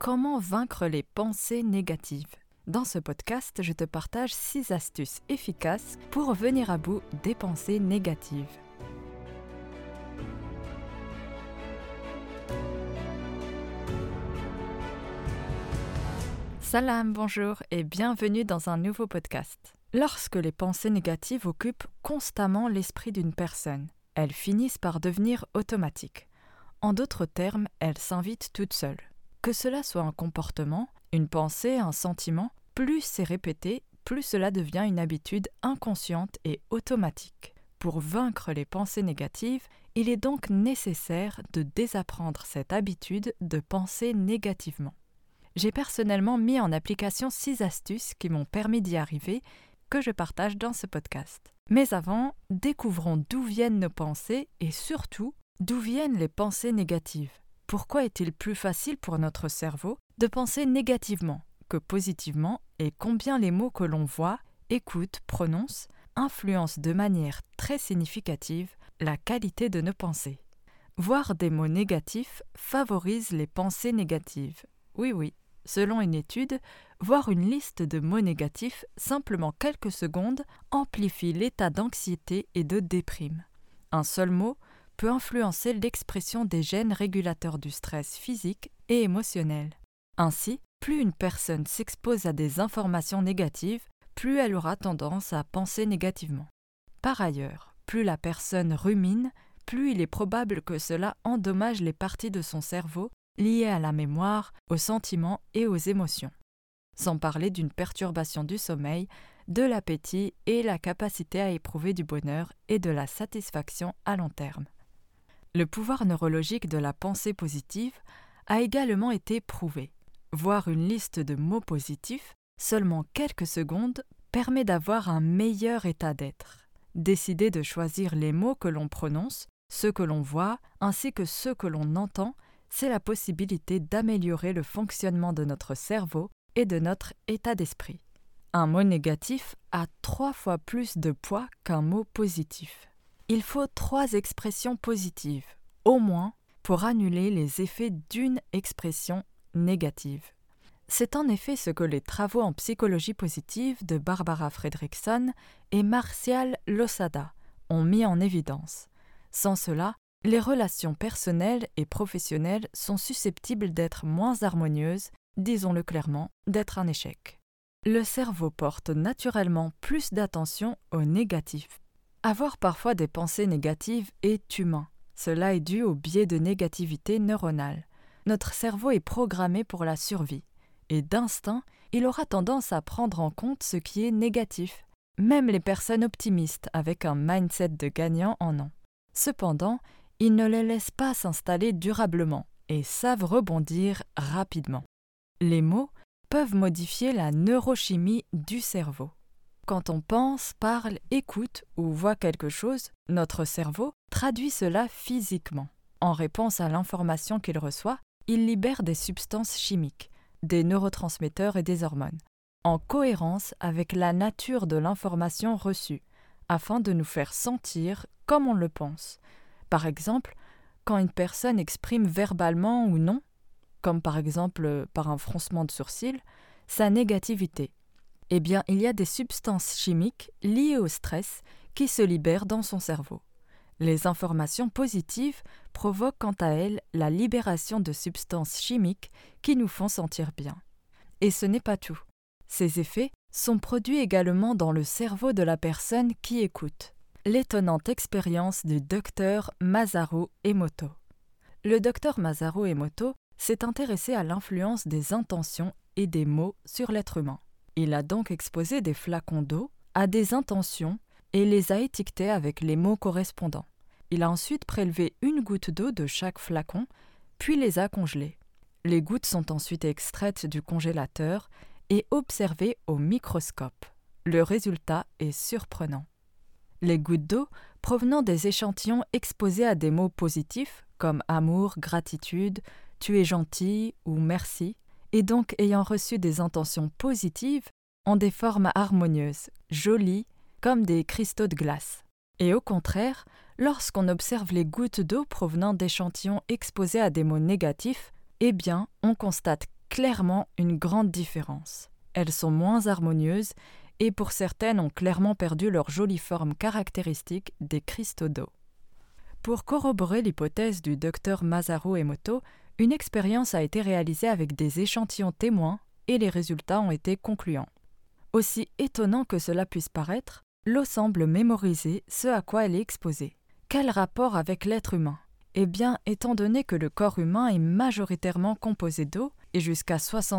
Comment vaincre les pensées négatives? Dans ce podcast, je te partage 6 astuces efficaces pour venir à bout des pensées négatives. Salam, bonjour et bienvenue dans un nouveau podcast. Lorsque les pensées négatives occupent constamment l'esprit d'une personne, elles finissent par devenir automatiques. En d'autres termes, elles s'invitent toutes seules. Que cela soit un comportement, une pensée, un sentiment, plus c'est répété, plus cela devient une habitude inconsciente et automatique. Pour vaincre les pensées négatives, il est donc nécessaire de désapprendre cette habitude de penser négativement. J'ai personnellement mis en application 6 astuces qui m'ont permis d'y arriver, que je partage dans ce podcast. Mais avant, découvrons d'où viennent nos pensées et surtout, d'où viennent les pensées négatives. Pourquoi est-il plus facile pour notre cerveau de penser négativement que positivement et combien les mots que l'on voit, écoute, prononce influencent de manière très significative la qualité de nos pensées. Voir des mots négatifs favorise les pensées négatives. Oui, selon une étude, voir une liste de mots négatifs simplement quelques secondes amplifie l'état d'anxiété et de déprime. Un seul mot peut influencer l'expression des gènes régulateurs du stress physique et émotionnel. Ainsi, plus une personne s'expose à des informations négatives, plus elle aura tendance à penser négativement. Par ailleurs, plus la personne rumine, plus il est probable que cela endommage les parties de son cerveau liées à la mémoire, aux sentiments et aux émotions. Sans parler d'une perturbation du sommeil, de l'appétit et la capacité à éprouver du bonheur et de la satisfaction à long terme. Le pouvoir neurologique de la pensée positive a également été prouvé. Voir une liste de mots positifs, seulement quelques secondes, permet d'avoir un meilleur état d'être. Décider de choisir les mots que l'on prononce, ceux que l'on voit, ainsi que ceux que l'on entend, c'est la possibilité d'améliorer le fonctionnement de notre cerveau et de notre état d'esprit. Un mot négatif a 3 fois plus de poids qu'un mot positif. Il faut 3 expressions positives, au moins, pour annuler les effets d'une expression négative. C'est en effet ce que les travaux en psychologie positive de Barbara Fredrickson et Marcial Losada ont mis en évidence. Sans cela, les relations personnelles et professionnelles sont susceptibles d'être moins harmonieuses, disons-le clairement, d'être un échec. Le cerveau porte naturellement plus d'attention au négatif. Avoir parfois des pensées négatives est humain. Cela est dû au biais de négativité neuronale. Notre cerveau est programmé pour la survie, et d'instinct, il aura tendance à prendre en compte ce qui est négatif. Même les personnes optimistes avec un mindset de gagnant en ont. Cependant, ils ne les laissent pas s'installer durablement et savent rebondir rapidement. Les mots peuvent modifier la neurochimie du cerveau. Quand on pense, parle, écoute ou voit quelque chose, notre cerveau traduit cela physiquement. En réponse à l'information qu'il reçoit, il libère des substances chimiques, des neurotransmetteurs et des hormones, en cohérence avec la nature de l'information reçue, afin de nous faire sentir comme on le pense. Par exemple, quand une personne exprime verbalement ou non, comme par exemple par un froncement de sourcils, sa négativité, eh bien, il y a des substances chimiques liées au stress qui se libèrent dans son cerveau. Les informations positives provoquent quant à elles la libération de substances chimiques qui nous font sentir bien. Et ce n'est pas tout. Ces effets sont produits également dans le cerveau de la personne qui écoute. L'étonnante expérience du docteur Masaru Emoto. Le docteur Masaru Emoto s'est intéressé à l'influence des intentions et des mots sur l'être humain. Il a donc exposé des flacons d'eau à des intentions et les a étiquetés avec les mots correspondants. Il a ensuite prélevé une goutte d'eau de chaque flacon, puis les a congelées. Les gouttes sont ensuite extraites du congélateur et observées au microscope. Le résultat est surprenant. Les gouttes d'eau provenant des échantillons exposés à des mots positifs comme amour, gratitude, tu es gentil ou merci, et donc ayant reçu des intentions positives, ont des formes harmonieuses, jolies, comme des cristaux de glace. Et au contraire, lorsqu'on observe les gouttes d'eau provenant d'échantillons exposés à des mots négatifs, eh bien, on constate clairement une grande différence. Elles sont moins harmonieuses et pour certaines ont clairement perdu leur jolie forme caractéristique des cristaux d'eau. Pour corroborer l'hypothèse du docteur Masaru Emoto, une expérience a été réalisée avec des échantillons témoins et les résultats ont été concluants. Aussi étonnant que cela puisse paraître, l'eau semble mémoriser ce à quoi elle est exposée. Quel rapport avec l'être humain ? Eh bien, étant donné que le corps humain est majoritairement composé d'eau, et jusqu'à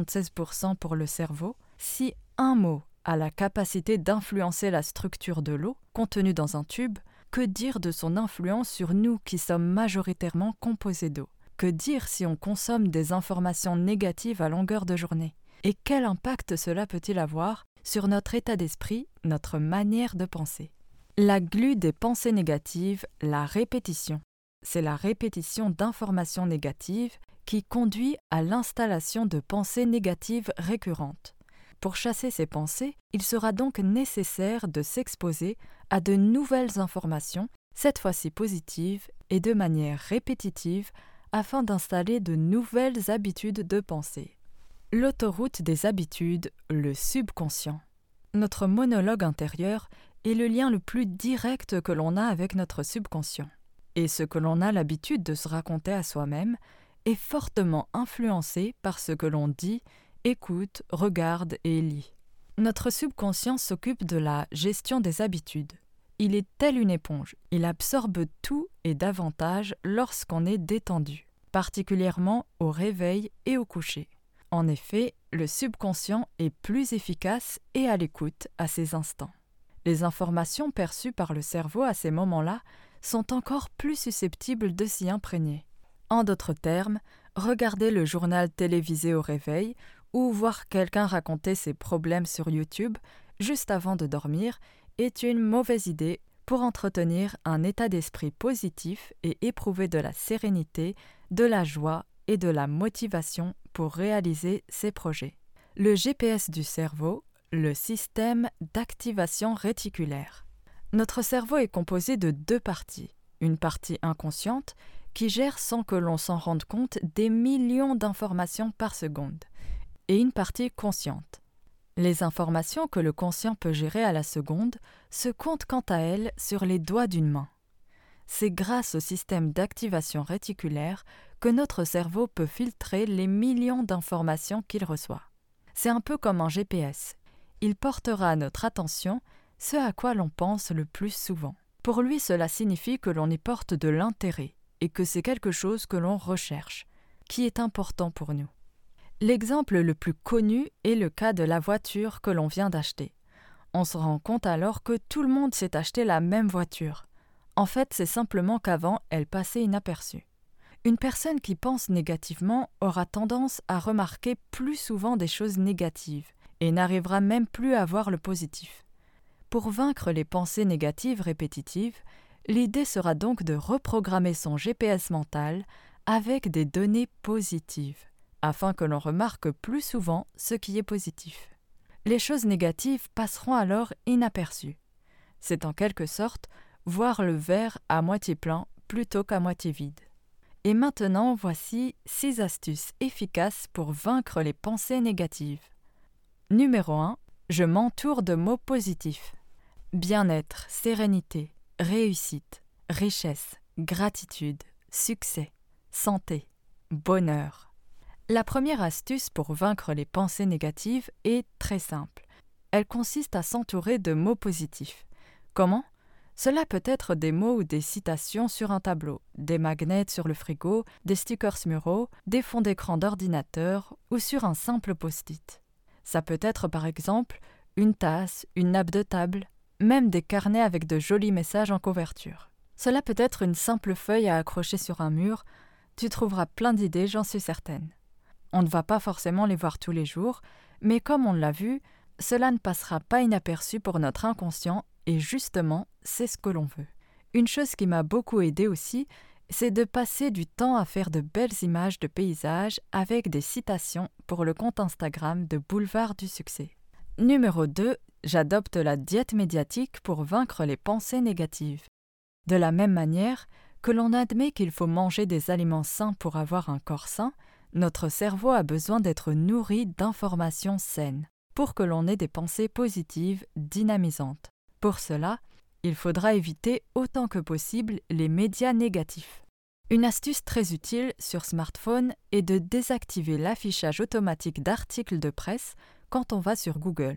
76% pour le cerveau, si un mot a la capacité d'influencer la structure de l'eau contenue dans un tube, que dire de son influence sur nous qui sommes majoritairement composés d'eau ? Que dire si on consomme des informations négatives à longueur de journée ? Et quel impact cela peut-il avoir sur notre état d'esprit, notre manière de penser ? La glu des pensées négatives, la répétition. C'est la répétition d'informations négatives qui conduit à l'installation de pensées négatives récurrentes. Pour chasser ces pensées, il sera donc nécessaire de s'exposer à de nouvelles informations, cette fois-ci positives et de manière répétitive, afin d'installer de nouvelles habitudes de pensée. L'autoroute des habitudes, le subconscient. Notre monologue intérieur est le lien le plus direct que l'on a avec notre subconscient. Et ce que l'on a l'habitude de se raconter à soi-même est fortement influencé par ce que l'on dit, écoute, regarde et lit. Notre subconscient s'occupe de la gestion des habitudes. Il est tel une éponge, il absorbe tout et davantage lorsqu'on est détendu, particulièrement au réveil et au coucher. En effet, le subconscient est plus efficace et à l'écoute à ces instants. Les informations perçues par le cerveau à ces moments-là sont encore plus susceptibles de s'y imprégner. En d'autres termes, regarder le journal télévisé au réveil ou voir quelqu'un raconter ses problèmes sur YouTube juste avant de dormir est une mauvaise idée pour entretenir un état d'esprit positif et éprouver de la sérénité, de la joie et de la motivation pour réaliser ses projets. Le GPS du cerveau, le système d'activation réticulaire. Notre cerveau est composé de deux parties. Une partie inconsciente qui gère sans que l'on s'en rende compte des millions d'informations par seconde, et une partie consciente. Les informations que le conscient peut gérer à la seconde se comptent quant à elles sur les doigts d'une main. C'est grâce au système d'activation réticulaire que notre cerveau peut filtrer les millions d'informations qu'il reçoit. C'est un peu comme un GPS. Il portera à notre attention ce à quoi l'on pense le plus souvent. Pour lui, cela signifie que l'on y porte de l'intérêt et que c'est quelque chose que l'on recherche, qui est important pour nous. L'exemple le plus connu est le cas de la voiture que l'on vient d'acheter. On se rend compte alors que tout le monde s'est acheté la même voiture. En fait, c'est simplement qu'avant, elle passait inaperçue. Une personne qui pense négativement aura tendance à remarquer plus souvent des choses négatives et n'arrivera même plus à voir le positif. Pour vaincre les pensées négatives répétitives, l'idée sera donc de reprogrammer son GPS mental avec des données positives, afin que l'on remarque plus souvent ce qui est positif. Les choses négatives passeront alors inaperçues. C'est en quelque sorte voir le verre à moitié plein plutôt qu'à moitié vide. Et maintenant, voici 6 astuces efficaces pour vaincre les pensées négatives. Numéro 1. Je m'entoure de mots positifs. Bien-être, sérénité, réussite, richesse, gratitude, succès, santé, bonheur. La première astuce pour vaincre les pensées négatives est très simple. Elle consiste à s'entourer de mots positifs. Comment ? Cela peut être des mots ou des citations sur un tableau, des magnets sur le frigo, des stickers muraux, des fonds d'écran d'ordinateur ou sur un simple post-it. Ça peut être par exemple une tasse, une nappe de table, même des carnets avec de jolis messages en couverture. Cela peut être une simple feuille à accrocher sur un mur. Tu trouveras plein d'idées, j'en suis certaine. On ne va pas forcément les voir tous les jours, mais comme on l'a vu, cela ne passera pas inaperçu pour notre inconscient et justement, c'est ce que l'on veut. Une chose qui m'a beaucoup aidée aussi, c'est de passer du temps à faire de belles images de paysages avec des citations pour le compte Instagram de Boulevard du Succès. Numéro 2, j'adopte la diète médiatique pour vaincre les pensées négatives. De la même manière que l'on admet qu'il faut manger des aliments sains pour avoir un corps sain, Notre cerveau a besoin d'être nourri d'informations saines pour que l'on ait des pensées positives, dynamisantes. Pour cela, il faudra éviter autant que possible les médias négatifs. Une astuce très utile sur smartphone est de désactiver l'affichage automatique d'articles de presse quand on va sur Google.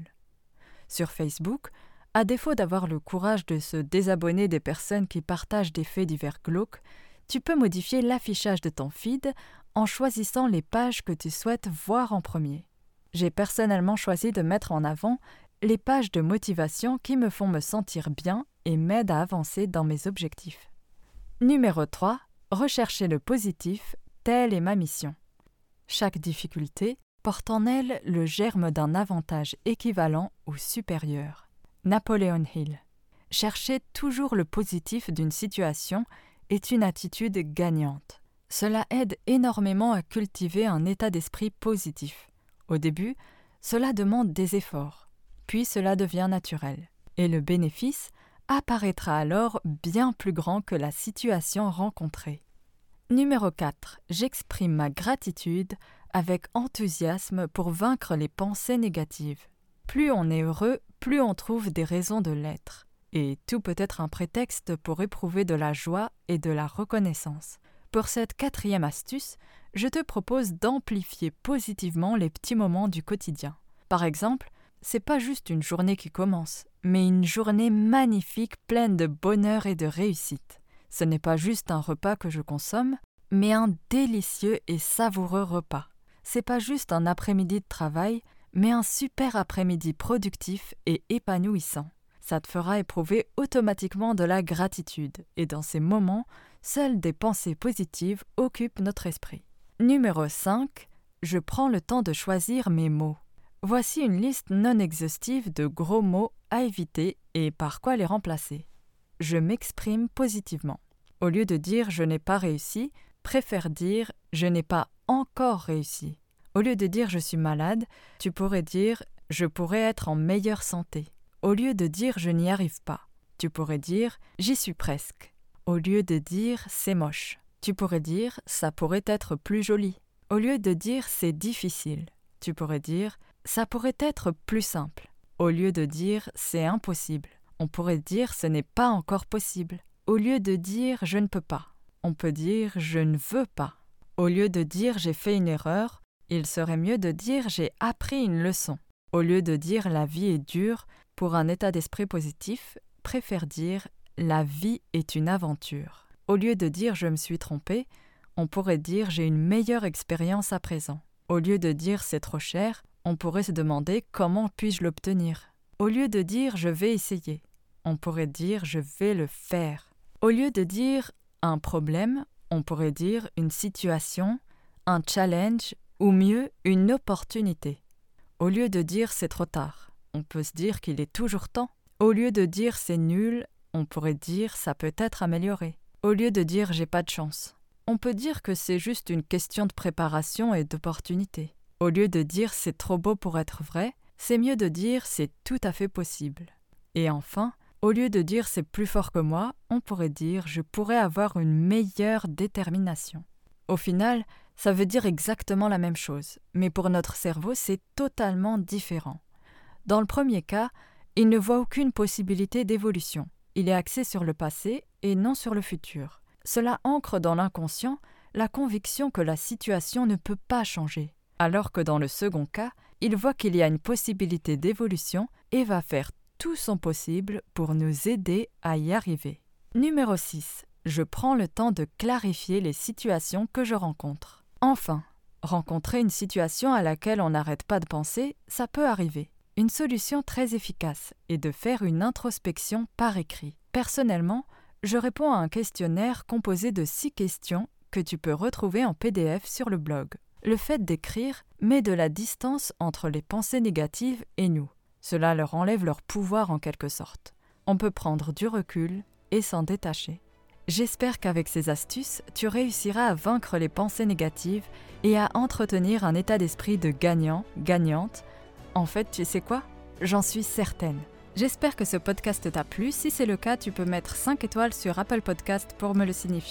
Sur Facebook, à défaut d'avoir le courage de se désabonner des personnes qui partagent des faits divers glauques, tu peux modifier l'affichage de ton feed en choisissant les pages que tu souhaites voir en premier. J'ai personnellement choisi de mettre en avant les pages de motivation qui me font me sentir bien et m'aident à avancer dans mes objectifs. Numéro 3. Rechercher le positif, telle est ma mission. Chaque difficulté porte en elle le germe d'un avantage équivalent ou supérieur. Napoléon Hill. Chercher toujours le positif d'une situation est une attitude gagnante. Cela aide énormément à cultiver un état d'esprit positif. Au début, cela demande des efforts, puis cela devient naturel. Et le bénéfice apparaîtra alors bien plus grand que la situation rencontrée. Numéro 4. J'exprime ma gratitude avec enthousiasme pour vaincre les pensées négatives. Plus on est heureux, plus on trouve des raisons de l'être. Et tout peut être un prétexte pour éprouver de la joie et de la reconnaissance. Pour cette 4e astuce, je te propose d'amplifier positivement les petits moments du quotidien. Par exemple, c'est pas juste une journée qui commence, mais une journée magnifique pleine de bonheur et de réussite. Ce n'est pas juste un repas que je consomme, mais un délicieux et savoureux repas. C'est pas juste un après-midi de travail, mais un super après-midi productif et épanouissant. Ça te fera éprouver automatiquement de la gratitude, et dans ces moments, seules des pensées positives occupent notre esprit. Numéro 5. Je prends le temps de choisir mes mots. Voici une liste non exhaustive de gros mots à éviter et par quoi les remplacer. Je m'exprime positivement. Au lieu de dire « je n'ai pas réussi », préfère dire « je n'ai pas encore réussi ». Au lieu de dire « je suis malade », tu pourrais dire « je pourrais être en meilleure santé ». Au lieu de dire « je n'y arrive pas », tu pourrais dire « j'y suis presque ». Au lieu de dire « c'est moche », tu pourrais dire « ça pourrait être plus joli ». Au lieu de dire « c'est difficile », tu pourrais dire « ça pourrait être plus simple ». Au lieu de dire « c'est impossible », on pourrait dire « ce n'est pas encore possible ». Au lieu de dire « je ne peux pas », on peut dire « je ne veux pas ». Au lieu de dire « j'ai fait une erreur », il serait mieux de dire « j'ai appris une leçon ». Au lieu de dire « la vie est dure », pour un état d'esprit positif, préfère dire « la vie est une aventure ». Au lieu de dire « je me suis trompé », on pourrait dire « j'ai une meilleure expérience à présent ». Au lieu de dire « c'est trop cher », on pourrait se demander « comment puis-je l'obtenir ». Au lieu de dire « je vais essayer », on pourrait dire « je vais le faire ». Au lieu de dire « un problème », on pourrait dire « une situation », un challenge ou mieux « une opportunité ». Au lieu de dire « c'est trop tard », on peut se dire qu'il est toujours temps. Au lieu de dire « c'est nul », on pourrait dire « ça peut être amélioré ». Au lieu de dire « j'ai pas de chance », on peut dire que c'est juste une question de préparation et d'opportunité. Au lieu de dire « c'est trop beau pour être vrai », c'est mieux de dire « c'est tout à fait possible ». Et enfin, au lieu de dire « c'est plus fort que moi », on pourrait dire « je pourrais avoir une meilleure détermination ». Au final, ça veut dire exactement la même chose, mais pour notre cerveau, c'est totalement différent. Dans le premier cas, il ne voit aucune possibilité d'évolution. Il est axé sur le passé et non sur le futur. Cela ancre dans l'inconscient la conviction que la situation ne peut pas changer, alors que dans le second cas, il voit qu'il y a une possibilité d'évolution et va faire tout son possible pour nous aider à y arriver. Numéro 6. Je prends le temps de clarifier les situations que je rencontre. Enfin, rencontrer une situation à laquelle on n'arrête pas de penser, ça peut arriver. Une solution très efficace est de faire une introspection par écrit. Personnellement, je réponds à un questionnaire composé de 6 questions que tu peux retrouver en PDF sur le blog. Le fait d'écrire met de la distance entre les pensées négatives et nous. Cela leur enlève leur pouvoir en quelque sorte. On peut prendre du recul et s'en détacher. J'espère qu'avec ces astuces, tu réussiras à vaincre les pensées négatives et à entretenir un état d'esprit de gagnant, gagnante. En fait, tu sais quoi ? J'en suis certaine. J'espère que ce podcast t'a plu. Si c'est le cas, tu peux mettre 5 étoiles sur Apple Podcast pour me le signifier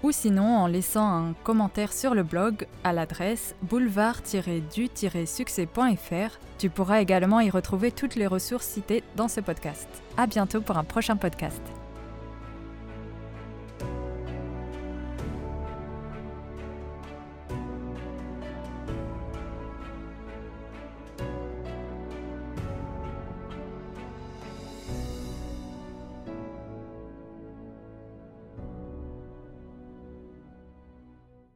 ou sinon en laissant un commentaire sur le blog à l'adresse boulevard-du-succès.fr. Tu pourras également y retrouver toutes les ressources citées dans ce podcast. À bientôt pour un prochain podcast.